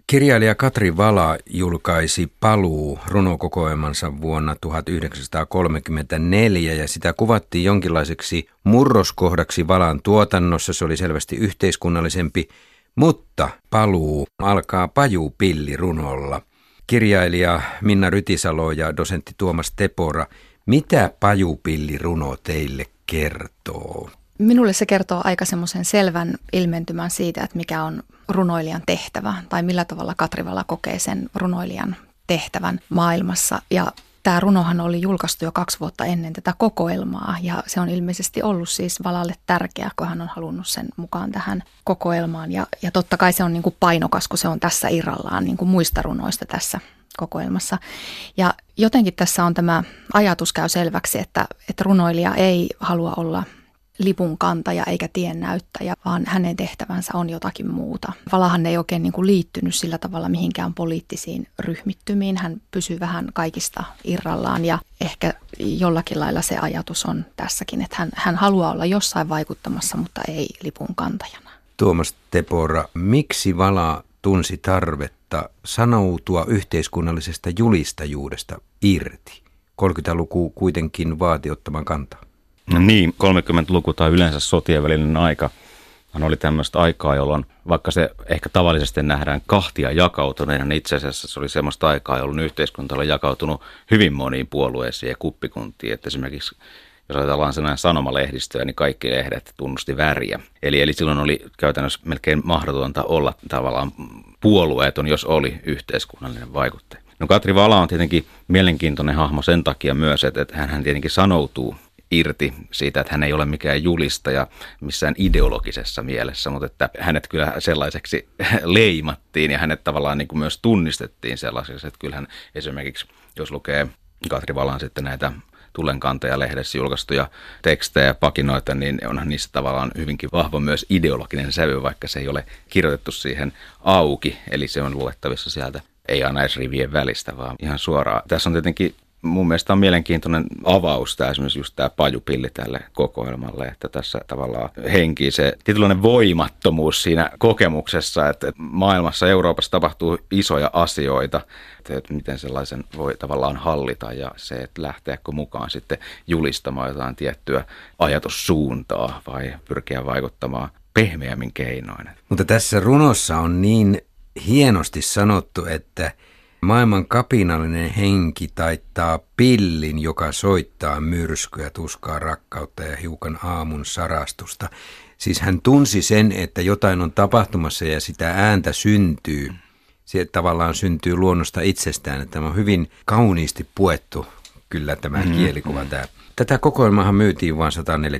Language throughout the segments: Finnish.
Kirjailija Katri Vala julkaisi Paluu runokokoelmansa vuonna 1934 ja sitä kuvattiin jonkinlaiseksi murroskohdaksi Valan tuotannossa. Se oli selvästi yhteiskunnallisempi, mutta Paluu alkaa Pajupilli-runolla. Kirjailija Minna Rytisalo ja dosentti Tuomas Tepora, mitä Pajupilli-runo teille kertoo? Minulle se kertoo aika semmoisen selvän ilmentymän siitä, että mikä on runoilijan tehtävä tai millä tavalla Katri Vala kokee sen runoilijan tehtävän maailmassa. Ja tämä runohan oli julkaistu jo 2 vuotta ennen tätä kokoelmaa ja se on ilmeisesti ollut siis Valalle tärkeä, kun hän on halunnut sen mukaan tähän kokoelmaan. Ja totta kai se on niin kuin painokas, kun se on tässä irrallaan niin kuin muista runoista tässä kokoelmassa. Ja jotenkin tässä on tämä ajatus käy selväksi, että runoilija ei halua olla lipun kantaja eikä tiennäyttäjä, vaan hänen tehtävänsä on jotakin muuta. Valahan ei oikein niin kuin liittynyt sillä tavalla mihinkään poliittisiin ryhmittymiin. Hän pysyy vähän kaikista irrallaan ja ehkä jollakin lailla se ajatus on tässäkin, että hän haluaa olla jossain vaikuttamassa, mutta ei lipun kantajana. Tuomas Tepora, miksi Vala tunsi tarvetta sanoutua yhteiskunnallisesta julistajuudesta irti? 30-luku kuitenkin vaati ottamaan kantaa. No niin, 30-luku tai yleensä sotien välinen aika oli tämmöistä aikaa, jolloin vaikka se ehkä tavallisesti nähdään kahtia jakautuneena, niin itse asiassa se oli semmoista aikaa, jolloin yhteiskunta oli jakautunut hyvin moniin puolueisiin ja kuppikuntiin. Että esimerkiksi jos ajatellaan sellainen sanomalehdistöä, niin kaikki lehdet tunnusti väriä. Eli silloin oli käytännössä melkein mahdotonta olla tavallaan puolueeton, jos oli yhteiskunnallinen vaikuttaja. No Katri Vala on tietenkin mielenkiintoinen hahmo sen takia myös, että hän tietenkin sanoutuu irti siitä, että hän ei ole mikään julistaja missään ideologisessa mielessä, mutta että hänet kyllä sellaiseksi leimattiin ja hänet tavallaan niin kuin myös tunnistettiin sellaiseksi, että kyllähän esimerkiksi, jos lukee Katri Valan sitten näitä Tulenkantaja-lehdessä julkaistuja tekstejä ja pakinoita, niin onhan niissä tavallaan hyvinkin vahva myös ideologinen sävy, vaikka se ei ole kirjoitettu siihen auki, eli se on luettavissa sieltä ei aina edes rivien välistä, vaan ihan suoraan. Tässä on tietenkin mun mielestä on mielenkiintoinen avaus tämä esimerkiksi just tämä Pajupilli tälle kokoelmalle, että tässä tavallaan henkii se tietynlainen voimattomuus siinä kokemuksessa, että maailmassa Euroopassa tapahtuu isoja asioita, että miten sellaisen voi tavallaan hallita ja se, että lähteekö mukaan sitten julistamaan jotain tiettyä ajatussuuntaa vai pyrkiä vaikuttamaan pehmeämmin keinoin. Mutta tässä runossa on niin hienosti sanottu, että maailman kapinallinen henki taittaa pillin, joka soittaa myrskyä, tuskaa, rakkautta ja hiukan aamun sarastusta. Siis hän tunsi sen, että jotain on tapahtumassa ja sitä ääntä syntyy. Se tavallaan syntyy luonnosta itsestään. Että tämä on hyvin kauniisti puettu kyllä tämä kielikuva. Tätä kokoelmaahan myytiin vain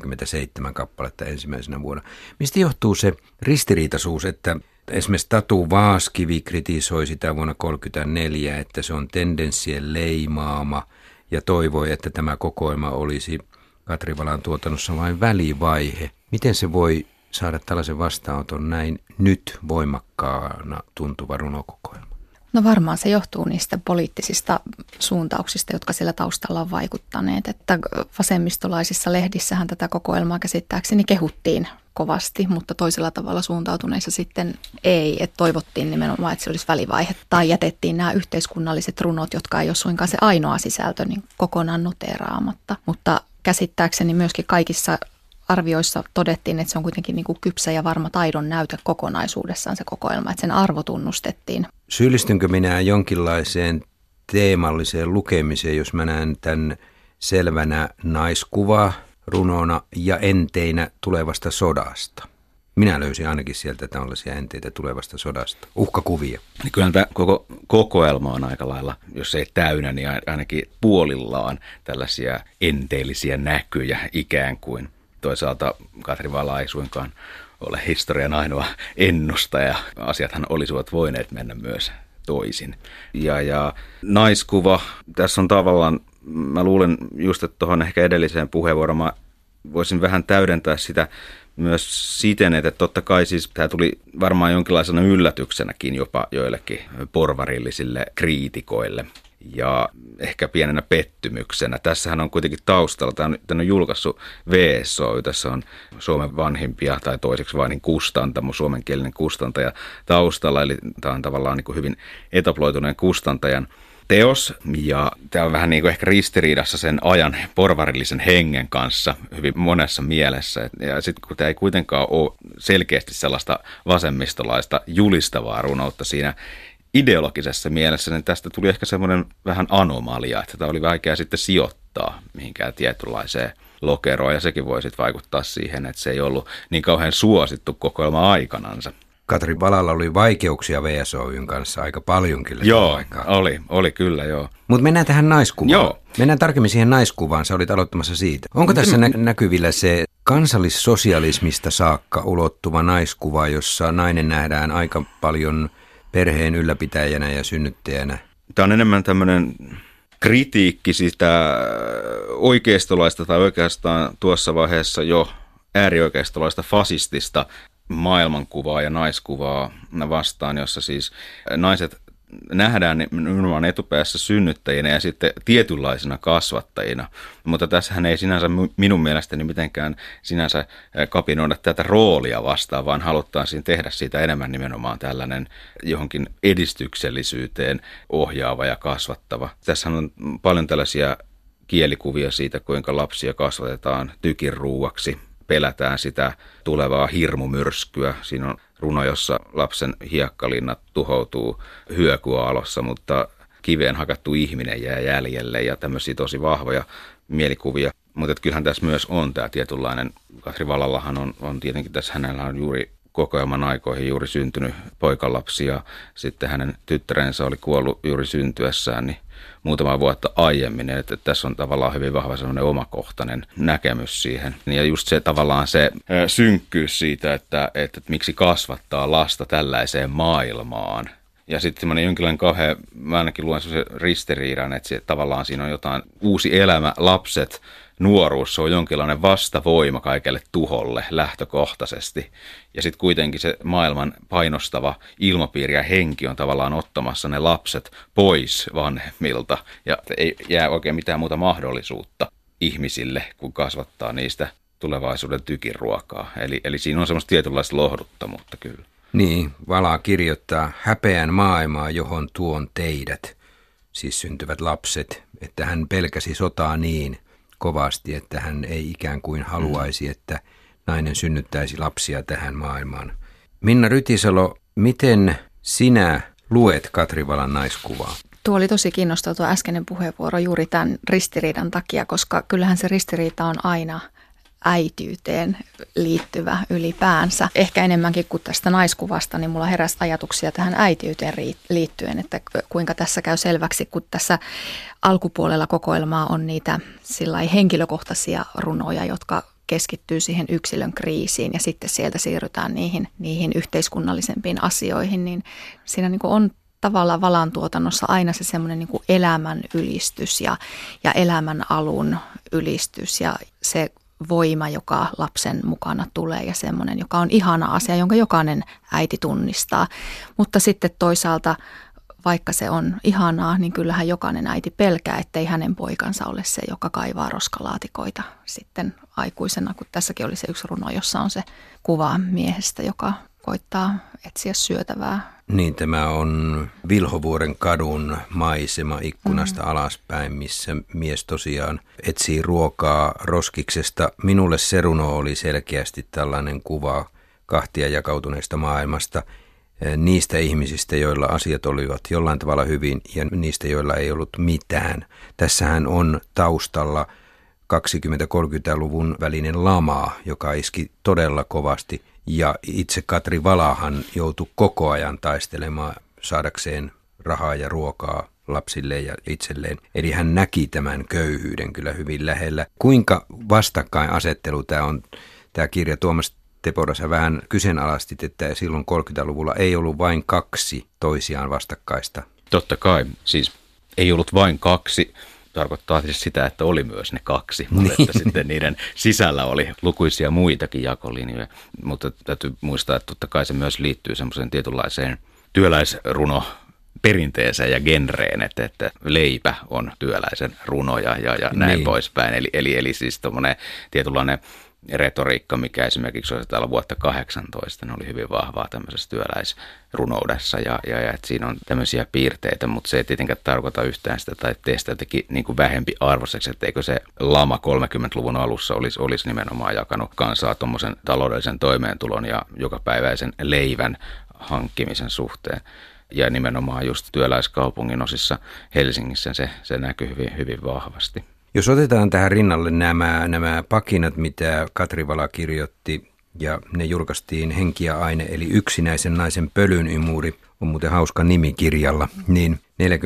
147 kappaletta ensimmäisenä vuonna. Mistä johtuu se ristiriitaisuus, että esimerkiksi Tatu Vaaskivi kritisoi sitä vuonna 1934, että se on tendenssien leimaama ja toivoi, että tämä kokoelma olisi Katri Valan tuotannossa vain välivaihe. Miten se voi saada tällaisen vastaanoton näin nyt voimakkaana tuntuva runokokoelma? No varmaan se johtuu niistä poliittisista suuntauksista, jotka siellä taustalla on vaikuttaneet. Että vasemmistolaisissa lehdissähän tätä kokoelmaa käsittääkseni kehuttiin kovasti, mutta toisella tavalla suuntautuneissa sitten ei. Että toivottiin nimenomaan, että se olisi välivaihe. Tai jätettiin nämä yhteiskunnalliset runot, jotka ei ole suinkaan se ainoa sisältö, niin kokonaan noteeraamatta. Mutta käsittääkseni myöskin kaikissa arvioissa todettiin, että se on kuitenkin niin kuin kypsä ja varma taidon näyte kokonaisuudessaan se kokoelma, että sen arvo tunnustettiin. Syyllistynkö minä jonkinlaiseen teemalliseen lukemiseen, jos mä näen tämän selvänä naiskuva runona ja enteinä tulevasta sodasta? Minä löysin ainakin sieltä tällaisia enteitä tulevasta sodasta, uhkakuvia. Niin kyllähän tämä koko kokoelma on aika lailla, jos ei täynnä, niin ainakin puolillaan tällaisia enteellisiä näkyjä ikään kuin. Toisaalta Katri Vala ei suinkaan ole historian ainoa ennustaja. Asiathan olisivat voineet mennä myös toisin. Ja naiskuva, tässä on tavallaan, mä luulen just, että tuohon ehkä edelliseen puheenvuoroon mä voisin vähän täydentää sitä myös siten, että totta kai siis tämä tuli varmaan jonkinlaisena yllätyksenäkin jopa joillekin porvarillisille kriitikoille. ja ehkä pienenä pettymyksenä. Tässähän on kuitenkin taustalla, tämä on julkaissut VSOY, tässä on Suomen vanhimpia tai toiseksi vanhin kustantamo, suomenkielinen kustantaja taustalla, eli tämä on tavallaan niin kuin hyvin etaploituneen kustantajan teos, ja tämä on vähän niin kuin ehkä ristiriidassa sen ajan porvarillisen hengen kanssa hyvin monessa mielessä. Ja sitten kun tämä ei kuitenkaan ole selkeästi sellaista vasemmistolaista julistavaa runoutta siinä ideologisessa mielessä, niin tästä tuli ehkä semmoinen vähän anomalia, että tämä oli vaikea sitten sijoittaa mihinkään tietynlaiseen lokeroon, ja sekin voi sitten vaikuttaa siihen, että se ei ollut niin kauhean suosittu kokoelma aikanansa. Katri Valalla oli vaikeuksia VSOYn kanssa aika paljonkin. Joo, oli kyllä, joo. Mutta mennään tähän naiskuvaan. Joo. Mennään tarkemmin siihen naiskuvaan, sä olit aloittamassa siitä. Onko tässä näkyvillä se kansallissosialismista saakka ulottuva naiskuva, jossa nainen nähdään aika paljon perheen ylläpitäjänä ja synnyttäjänä? Tämä on enemmän tämmöinen kritiikki sitä oikeistolaista tai oikeastaan tuossa vaiheessa jo äärioikeistolaista fasistista maailmankuvaa ja naiskuvaa vastaan, jossa siis naiset nähdään nimenomaan etupäässä synnyttäjinä ja sitten tietynlaisina kasvattajina. Mutta tässähän ei sinänsä minun mielestäni mitenkään sinänsä kapinoida tätä roolia vastaan, vaan haluttaisiin tehdä siitä enemmän nimenomaan tällainen johonkin edistyksellisyyteen ohjaava ja kasvattava. Tässä on paljon tällaisia kielikuvia siitä, kuinka lapsia kasvatetaan tykinruuaksi. Pelätään sitä tulevaa hirmumyrskyä. Siinä on runo, jossa lapsen hiekkalinnat tuhoutuu hyökyalossa, mutta kiveen hakattu ihminen jää jäljelle ja tämmöisiä tosi vahvoja mielikuvia. Mutta kyllähän tässä myös on tämä tietynlainen, Katri Valallahan on tietenkin tässä, hänellä on juuri kokoelman aikoihin juuri syntynyt poikalapsi ja sitten hänen tyttärensä oli kuollut juuri syntyessään, niin muutama vuotta aiemmin, että tässä on tavallaan hyvin vahva sellainen omakohtainen näkemys siihen. Ja just se tavallaan se synkkyys siitä, että miksi kasvattaa lasta tällaiseen maailmaan. Ja sitten semmoinen jonkinlainen kauhean, mä ainakin luen semmoisen ristiriidan, että se, tavallaan siinä on jotain uusi elämä, lapset, nuoruus, se on jonkinlainen vastavoima kaikelle tuholle lähtökohtaisesti. Ja sitten kuitenkin se maailman painostava ilmapiiri ja henki on tavallaan ottamassa ne lapset pois vanhemmilta. Ja ei jää oikein mitään muuta mahdollisuutta ihmisille, kun kasvattaa niistä tulevaisuuden tykinruokaa. Eli siinä on semmoista tietynlaista lohduttomuutta kyllä. Niin, Vala kirjoittaa häpeän maailmaa, johon tuon teidät, siis syntyvät lapset, että hän pelkäsi sotaa niin kovasti, että hän ei ikään kuin haluaisi, että nainen synnyttäisi lapsia tähän maailmaan. Minna Rytisalo, miten sinä luet Katri Valan naiskuvaa? Tuo oli tosi kiinnostava tuo äskeinen puheenvuoro juuri tämän ristiriidan takia, koska kyllähän se ristiriita on aina äitiyteen liittyvä ylipäänsä. Ehkä enemmänkin kuin tästä naiskuvasta, niin mulla heräsi ajatuksia tähän äitiyteen liittyen, että kuinka tässä käy selväksi, kun tässä alkupuolella kokoelmaa on niitä sillai henkilökohtaisia runoja, jotka keskittyy siihen yksilön kriisiin ja sitten sieltä siirrytään niihin yhteiskunnallisempiin asioihin, niin siinä niin kuin on tavallaan Valan tuotannossa aina se semmoinen niin kuin elämän ylistys ja elämän alun ylistys ja se voima, joka lapsen mukana tulee ja semmoinen, joka on ihana asia, jonka jokainen äiti tunnistaa. Mutta sitten toisaalta, vaikka se on ihanaa, niin kyllähän jokainen äiti pelkää, ettei hänen poikansa ole se, joka kaivaa roskalaatikoita sitten aikuisena, kun tässäkin oli se yksi runo, jossa on se kuva miehestä, joka koittaa etsiä syötävää. Niin, tämä on Vilhovuoren kadun maisema ikkunasta alaspäin, missä mies tosiaan etsii ruokaa roskiksesta. Minulle se runo oli selkeästi tällainen kuva kahtia jakautuneesta maailmasta, niistä ihmisistä, joilla asiat olivat jollain tavalla hyvin ja niistä, joilla ei ollut mitään. Tässähän on taustalla 20-30-luvun välinen lama, joka iski todella kovasti. Ja itse Katri Valahan joutui koko ajan taistelemaan saadakseen rahaa ja ruokaa lapsille ja itselleen. Eli hän näki tämän köyhyyden kyllä hyvin lähellä. Kuinka vastakkainasettelu tämä on, tämä kirja Tuomas Tepola, sä vähän kyseenalaistit, että silloin 30-luvulla ei ollut vain kaksi toisiaan vastakkaista. Totta kai, siis ei ollut vain kaksi. Tarkoittaa siis sitä, että oli myös ne kaksi, mutta että sitten niiden sisällä oli lukuisia muitakin jakolinjoja. Mutta täytyy muistaa, että totta kai se myös liittyy semmoiseen tietynlaiseen työläisruno perinteeseen ja genreen, että leipä on työläisen runo ja näin niin poispäin. Eli siis tuommoinen tietynlainen retoriikka, mikä esimerkiksi olisi täällä vuotta 18, ne oli hyvin vahvaa tämmöisessä työläisrunoudessa ja että siinä on tämmöisiä piirteitä, mutta se ei tietenkään tarkoita yhtään sitä tai tee sitä jotenkin niin kuin vähempi arvoiseksi, että eikö se lama 30-luvun alussa olisi nimenomaan jakanut kansaa tuommoisen taloudellisen toimeentulon ja jokapäiväisen leivän hankkimisen suhteen. Ja nimenomaan just työläiskaupungin osissa Helsingissä se näkyy hyvin, hyvin vahvasti. Jos otetaan tähän rinnalle nämä pakinat, mitä Katri Vala kirjoitti, ja ne julkaistiin Henki ja aine, eli Yksinäisen naisen pölynimuri, on muuten hauska nimi kirjalla, niin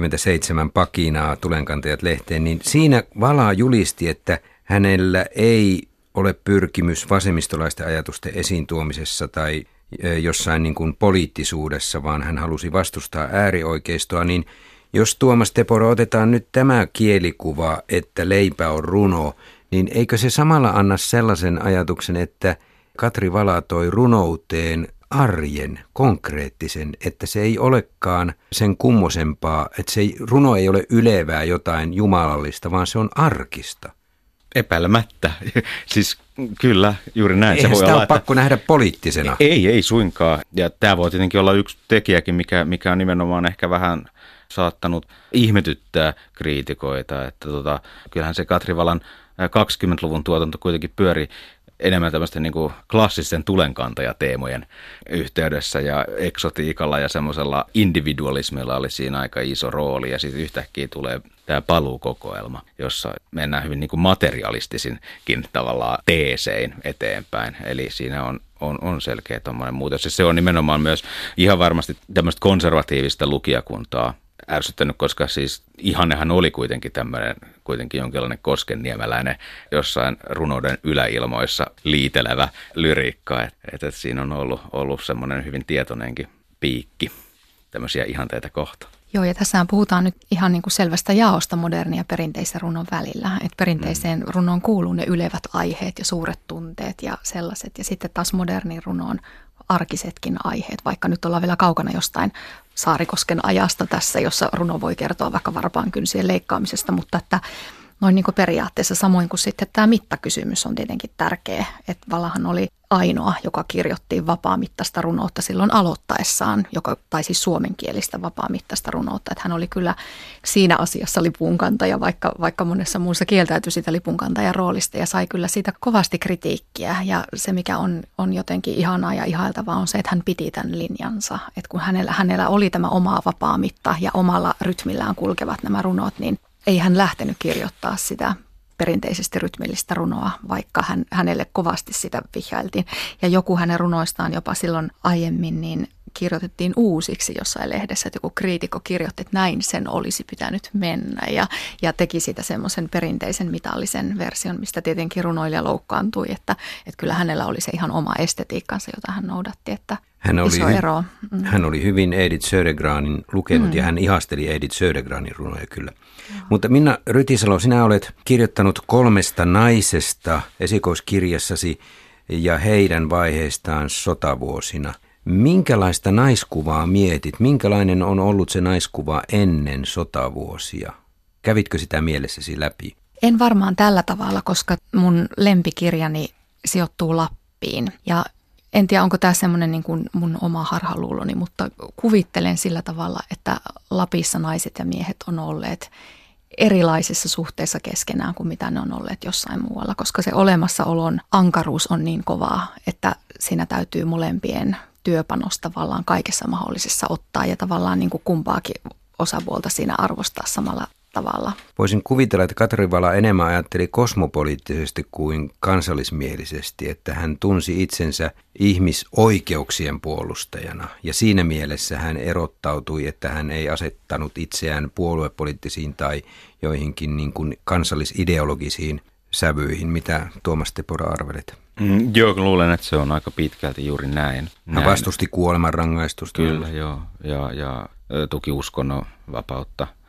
47 pakinaa Tulenkantajat-lehteen, niin siinä Vala julisti, että hänellä ei ole pyrkimys vasemmistolaisten ajatusten esiin tuomisessa tai jossain niin kuin poliittisuudessa, vaan hän halusi vastustaa äärioikeistoa, niin jos Tuomas Teporo otetaan nyt tämä kielikuva, että leipä on runo, niin eikö se samalla anna sellaisen ajatuksen, että Katri Vala toi runouteen arjen, konkreettisen, että se ei olekaan sen kummosempaa, että runo ei ole ylevää jotain jumalallista, vaan se on arkista. Epäilemättä. Siis kyllä, juuri näin. Eihän se voi sitä olla, ole pakko nähdä poliittisena. Ei suinkaan. Ja tämä voi tietenkin olla yksi tekijäkin, mikä on nimenomaan ehkä vähän saattanut ihmetyttää kriitikoita. Että kyllähän se Katri Valan 20-luvun tuotanto kuitenkin pyöri enemmän tämmöisten niin kuin klassisten tulenkantajateemojen yhteydessä ja eksotiikalla ja semmoisella individualismilla oli siinä aika iso rooli ja sitten yhtäkkiä tulee tämä paluukokoelma, jossa mennään hyvin niin kuin materialistisinkin tavallaan teesein eteenpäin. Eli siinä on selkeä tommoinen muutos. Ja se on nimenomaan myös ihan varmasti tämmöistä konservatiivista lukijakuntaa ärsyttänyt, koska siis ihannehan oli kuitenkin jonkinlainen koskenniemeläinen jossain runouden yläilmoissa liitelevä lyriikka. Että siinä on ollut semmoinen hyvin tietoinenkin piikki tämmöisiä ihanteita kohtaan. Joo, ja tässähän puhutaan nyt ihan niin kuin selvästä jaosta modernin ja perinteisen runon välillä. Että perinteiseen runoon kuuluu ne ylevät aiheet ja suuret tunteet ja sellaiset. Ja sitten taas modernin runoon arkisetkin aiheet, vaikka nyt ollaan vielä kaukana jostain Saarikosken ajasta tässä, jossa runo voi kertoa vaikka varpaankynsien leikkaamisesta, mutta että noin niin kuin periaatteessa samoin kuin sitten tämä mittakysymys on tietenkin tärkeä, että Valahan oli ainoa, joka kirjoitti vapaamittaista runoutta silloin aloittaessaan, tai siis suomenkielistä vapaamittaista runoutta, että hän oli kyllä siinä asiassa lipunkantaja, vaikka monessa muussa kieltäytyi sitä lipunkantajan roolista ja sai kyllä siitä kovasti kritiikkiä ja se mikä on jotenkin ihanaa ja ihailtavaa on se, että hän piti tämän linjansa, että kun hänellä oli tämä oma vapaamitta ja omalla rytmillään kulkevat nämä runot, niin ei hän lähtenyt kirjoittaa sitä perinteisesti rytmillistä runoa, vaikka hänelle kovasti sitä vihjailtiin. Ja joku hänen runoistaan jopa silloin aiemmin niin kirjoitettiin uusiksi jossain lehdessä, että joku kriitikko kirjoitti, että näin sen olisi pitänyt mennä ja teki siitä semmoisen perinteisen mitallisen version, mistä tietenkin runoilija loukkaantui, että kyllä hänellä oli se ihan oma estetiikkansa, jota hän noudatti, että iso ero. Hän oli hyvin Edith Södergranin lukenut ja hän ihasteli Edith Södergranin runoja kyllä. Mutta Minna Rytisalo, sinä olet kirjoittanut 3 naisesta esikoiskirjassasi ja heidän vaiheistaan sotavuosina. Minkälaista naiskuvaa mietit? Minkälainen on ollut se naiskuva ennen sotavuosia? Kävitkö sitä mielessäsi läpi? En varmaan tällä tavalla, koska mun lempikirjani sijoittuu Lappiin ja en tiedä, onko tämä semmoinen niin kuin mun oma harhaluuloni, mutta kuvittelen sillä tavalla, että Lapissa naiset ja miehet on olleet erilaisissa suhteissa keskenään kuin mitä ne on olleet jossain muualla, koska se olemassaolon ankaruus on niin kovaa, että siinä täytyy molempien työpanosta tavallaan kaikessa mahdollisessa ottaa ja tavallaan niin kuin kumpaakin osapuolta siinä arvostaa samalla tavalla. Voisin kuvitella, että Katri Vala enemmän ajatteli kosmopoliittisesti kuin kansallismielisesti, että hän tunsi itsensä ihmisoikeuksien puolustajana ja siinä mielessä hän erottautui, että hän ei asettanut itseään puoluepoliittisiin tai joihinkin niin kuin kansallisideologisiin sävyihin. Mitä Tuomas Tepora arvelet? Joo, luulen, että se on aika pitkälti juuri näin. Hän vastusti kuolemanrangaistusta. Kyllä, joo, ja tuki uskonnon vapautta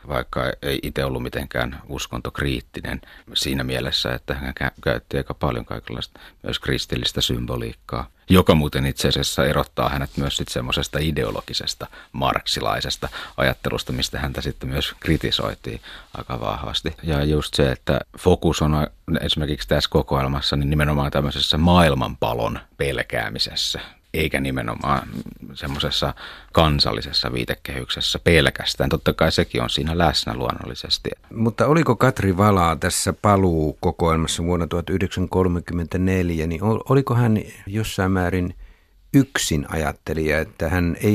vaikka ei itse ollut mitenkään uskontokriittinen siinä mielessä, että hän käytti aika paljon kaikenlaista myös kristillistä symboliikkaa, joka muuten itse asiassa erottaa hänet myös sitten semmoisesta ideologisesta marksilaisesta ajattelusta, mistä häntä sitten myös kritisoitiin aika vahvasti. Ja just se, että fokus on esimerkiksi tässä kokoelmassa niin nimenomaan tämmöisessä maailmanpalon pelkäämisessä, eikä nimenomaan semmoisessa kansallisessa viitekehyksessä pelkästään. Totta kai sekin on siinä läsnä luonnollisesti. Mutta oliko Katri Vala tässä paluukokoelmassa vuonna 1934, niin oliko hän jossain määrin yksin ajattelija, että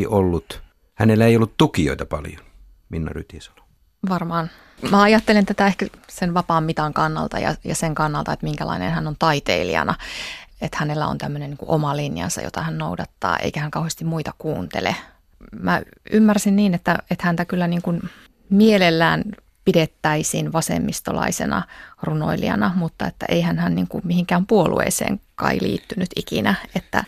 hänellä ei ollut tukijoita paljon, Minna Rytisalo? Varmaan. Mä ajattelen tätä ehkä sen vapaan mitan kannalta ja sen kannalta, että minkälainen hän on taiteilijana. Että hänellä on tämmöinen niin kuin oma linjansa, jota hän noudattaa, eikä hän kauheasti muita kuuntele. Mä ymmärsin niin, että häntä kyllä niin kuin mielellään pidettäisiin vasemmistolaisena runoilijana, mutta että eihän hän niin kuin mihinkään puolueeseen kai liittynyt ikinä. Että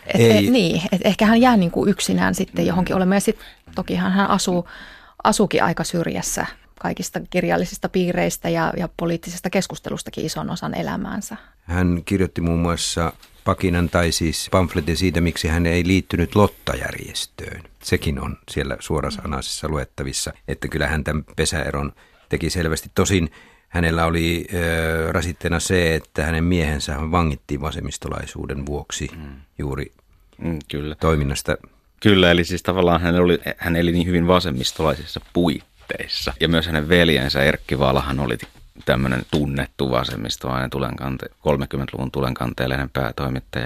ehkä hän jää niin kuin yksinään sitten johonkin olemaan. Ja sitten tokihan hän asuukin aika syrjässä kaikista kirjallisista piireistä ja poliittisesta keskustelustakin ison osan elämäänsä. Hän kirjoitti muun muassa pakinan tai siis pamfletin siitä, miksi hän ei liittynyt Lotta-järjestöön. Sekin on siellä suorasanaisessa luettavissa, että kyllä hän tämän pesäeron teki selvästi. Tosin hänellä oli rasitteena se, että hänen miehensä vangittiin vasemmistolaisuuden vuoksi juuri Kyllä. toiminnasta. Kyllä, eli siis tavallaan hän eli niin hyvin vasemmistolaisissa puitteissa. Ja myös hänen veljensä Erkki Valahan oli tämmöinen tunnettu vasemmistolainen 30-luvun tulenkanteellinen päätoimittaja.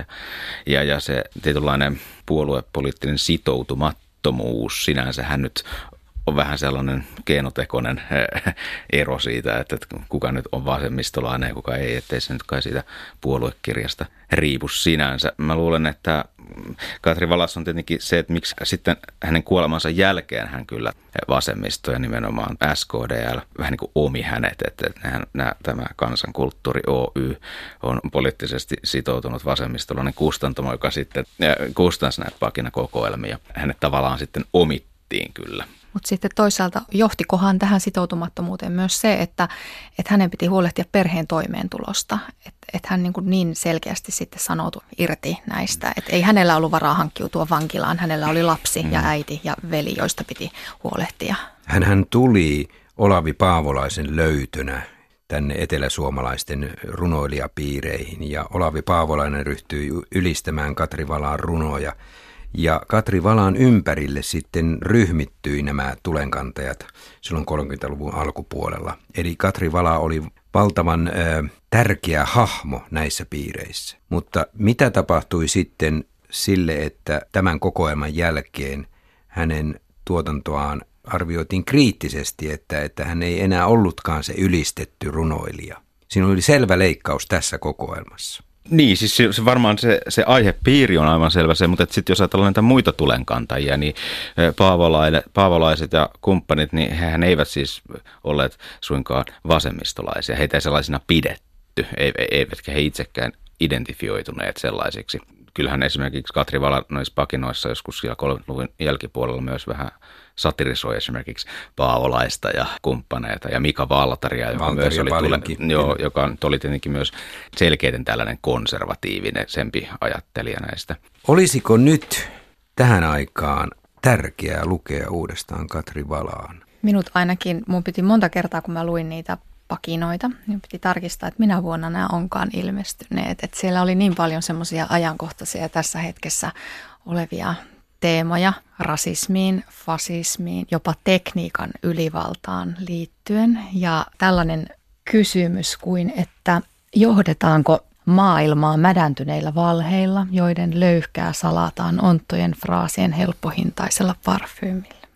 Ja se tietynlainen puoluepoliittinen sitoutumattomuus sinänsä, hän nyt on vähän sellainen keinotekoinen ero siitä, että kuka nyt on vasemmistolainen ja kuka ei, ettei se nyt kai siitä puoluekirjasta riipu sinänsä. Mä luulen, että Katri Valassa on tietenkin se, että miksi sitten hänen kuolemansa jälkeen hän kyllä vasemmisto ja nimenomaan SKDL vähän niin kuin omi hänet, että tämä Kansankulttuuri Oy on poliittisesti sitoutunut vasemmistolainen kustantamo, joka sitten kustansi näitä pakinakokoelmia. Hänet tavallaan sitten omittiin kyllä. Mutta sitten toisaalta johtikohan tähän sitoutumattomuuteen myös se, että hänen piti huolehtia perheen toimeentulosta. Että hän niin selkeästi sitten sanoutui irti näistä. Että ei hänellä ollut varaa hankkiutua vankilaan. Hänellä oli lapsi ja äiti ja veli, joista piti huolehtia. Hän tuli Olavi Paavolaisen löytönä tänne eteläsuomalaisten runoilijapiireihin. Ja Olavi Paavolainen ryhtyi ylistämään Katri Valaan runoja. Ja Katri Valaan ympärille sitten ryhmittyi nämä tulenkantajat silloin 30-luvun alkupuolella. Eli Katri Vala oli valtavan tärkeä hahmo näissä piireissä. Mutta mitä tapahtui sitten sille, että tämän kokoelman jälkeen hänen tuotantoaan arvioitiin kriittisesti, että hän ei enää ollutkaan se ylistetty runoilija. Siinä oli selvä leikkaus tässä kokoelmassa. Niin, siis se varmaan se aihepiiri on aivan selvä se, mutta sitten jos ajatellaan näitä muita tulenkantajia, niin paavolaiset ja kumppanit, niin hehän eivät siis olleet suinkaan vasemmistolaisia. Heitä ei sellaisina pidetty, eivätkä he itsekään identifioituneet sellaisiksi. Kyllähän esimerkiksi Katri Vala noissa pakinoissa joskus siellä 30-luvun jälkipuolella myös vähän satirisoi esimerkiksi Paavolaista ja kumppaneita ja Mika Valtaria, joka myös joka oli tietenkin myös selkeiten tällainen konservatiivinen sempi ajattelija näistä. Olisiko nyt tähän aikaan tärkeää lukea uudestaan Katri Valaan? Minut ainakin, mun piti monta kertaa, kun mä luin niitä pakinoita, niin piti tarkistaa, että minä vuonna nämä onkaan ilmestyneet. Että siellä oli niin paljon semmoisia ajankohtaisia tässä hetkessä olevia teemoja rasismiin, fasismiin, jopa tekniikan ylivaltaan liittyen. Ja tällainen kysymys kuin, että johdetaanko maailmaa mädäntyneillä valheilla, joiden löyhkää salataan onttojen fraasien helppohintaisella parfyymillä.